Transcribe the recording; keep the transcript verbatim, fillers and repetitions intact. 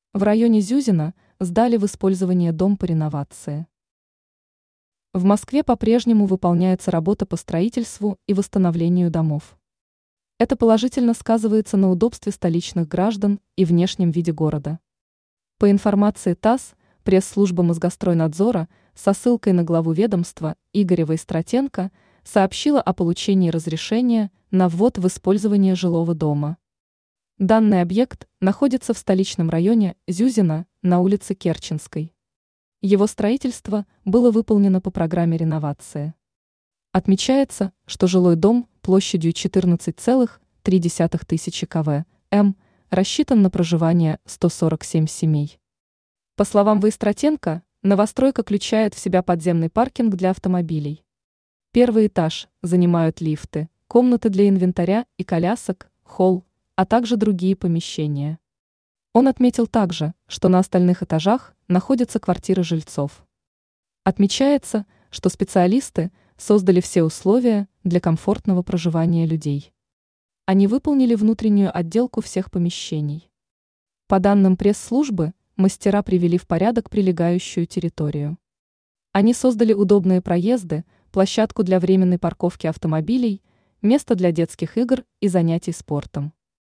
В районе Зюзина сдали в использование дом по реновации. В Москве по-прежнему выполняется работа по строительству и восстановлению домов. Это положительно сказывается на удобстве столичных граждан и внешнем виде города. По информации ТАСС, пресс-служба Мосгостройнадзора со ссылкой на главу ведомства Игоря Войстратенко сообщила о получении разрешения на ввод в использование жилого дома. Данный объект находится в столичном районе Зюзина на улице Керченской. Его строительство было выполнено по программе реновации. Отмечается, что жилой дом площадью четырнадцать целых три десятых тысячи квадратных рассчитан на проживание ста сорока семи семей. По словам Войстратенко, новостройка включает в себя подземный паркинг для автомобилей. Первый этаж занимают лифты, комнаты для инвентаря и колясок, холл, а также другие помещения. Он отметил также, что на остальных этажах находятся квартиры жильцов. Отмечается, что специалисты создали все условия для комфортного проживания людей. Они выполнили внутреннюю отделку всех помещений. По данным пресс-службы, мастера привели в порядок прилегающую территорию. Они создали удобные проезды, площадку для временной парковки автомобилей, место для детских игр и занятий спортом.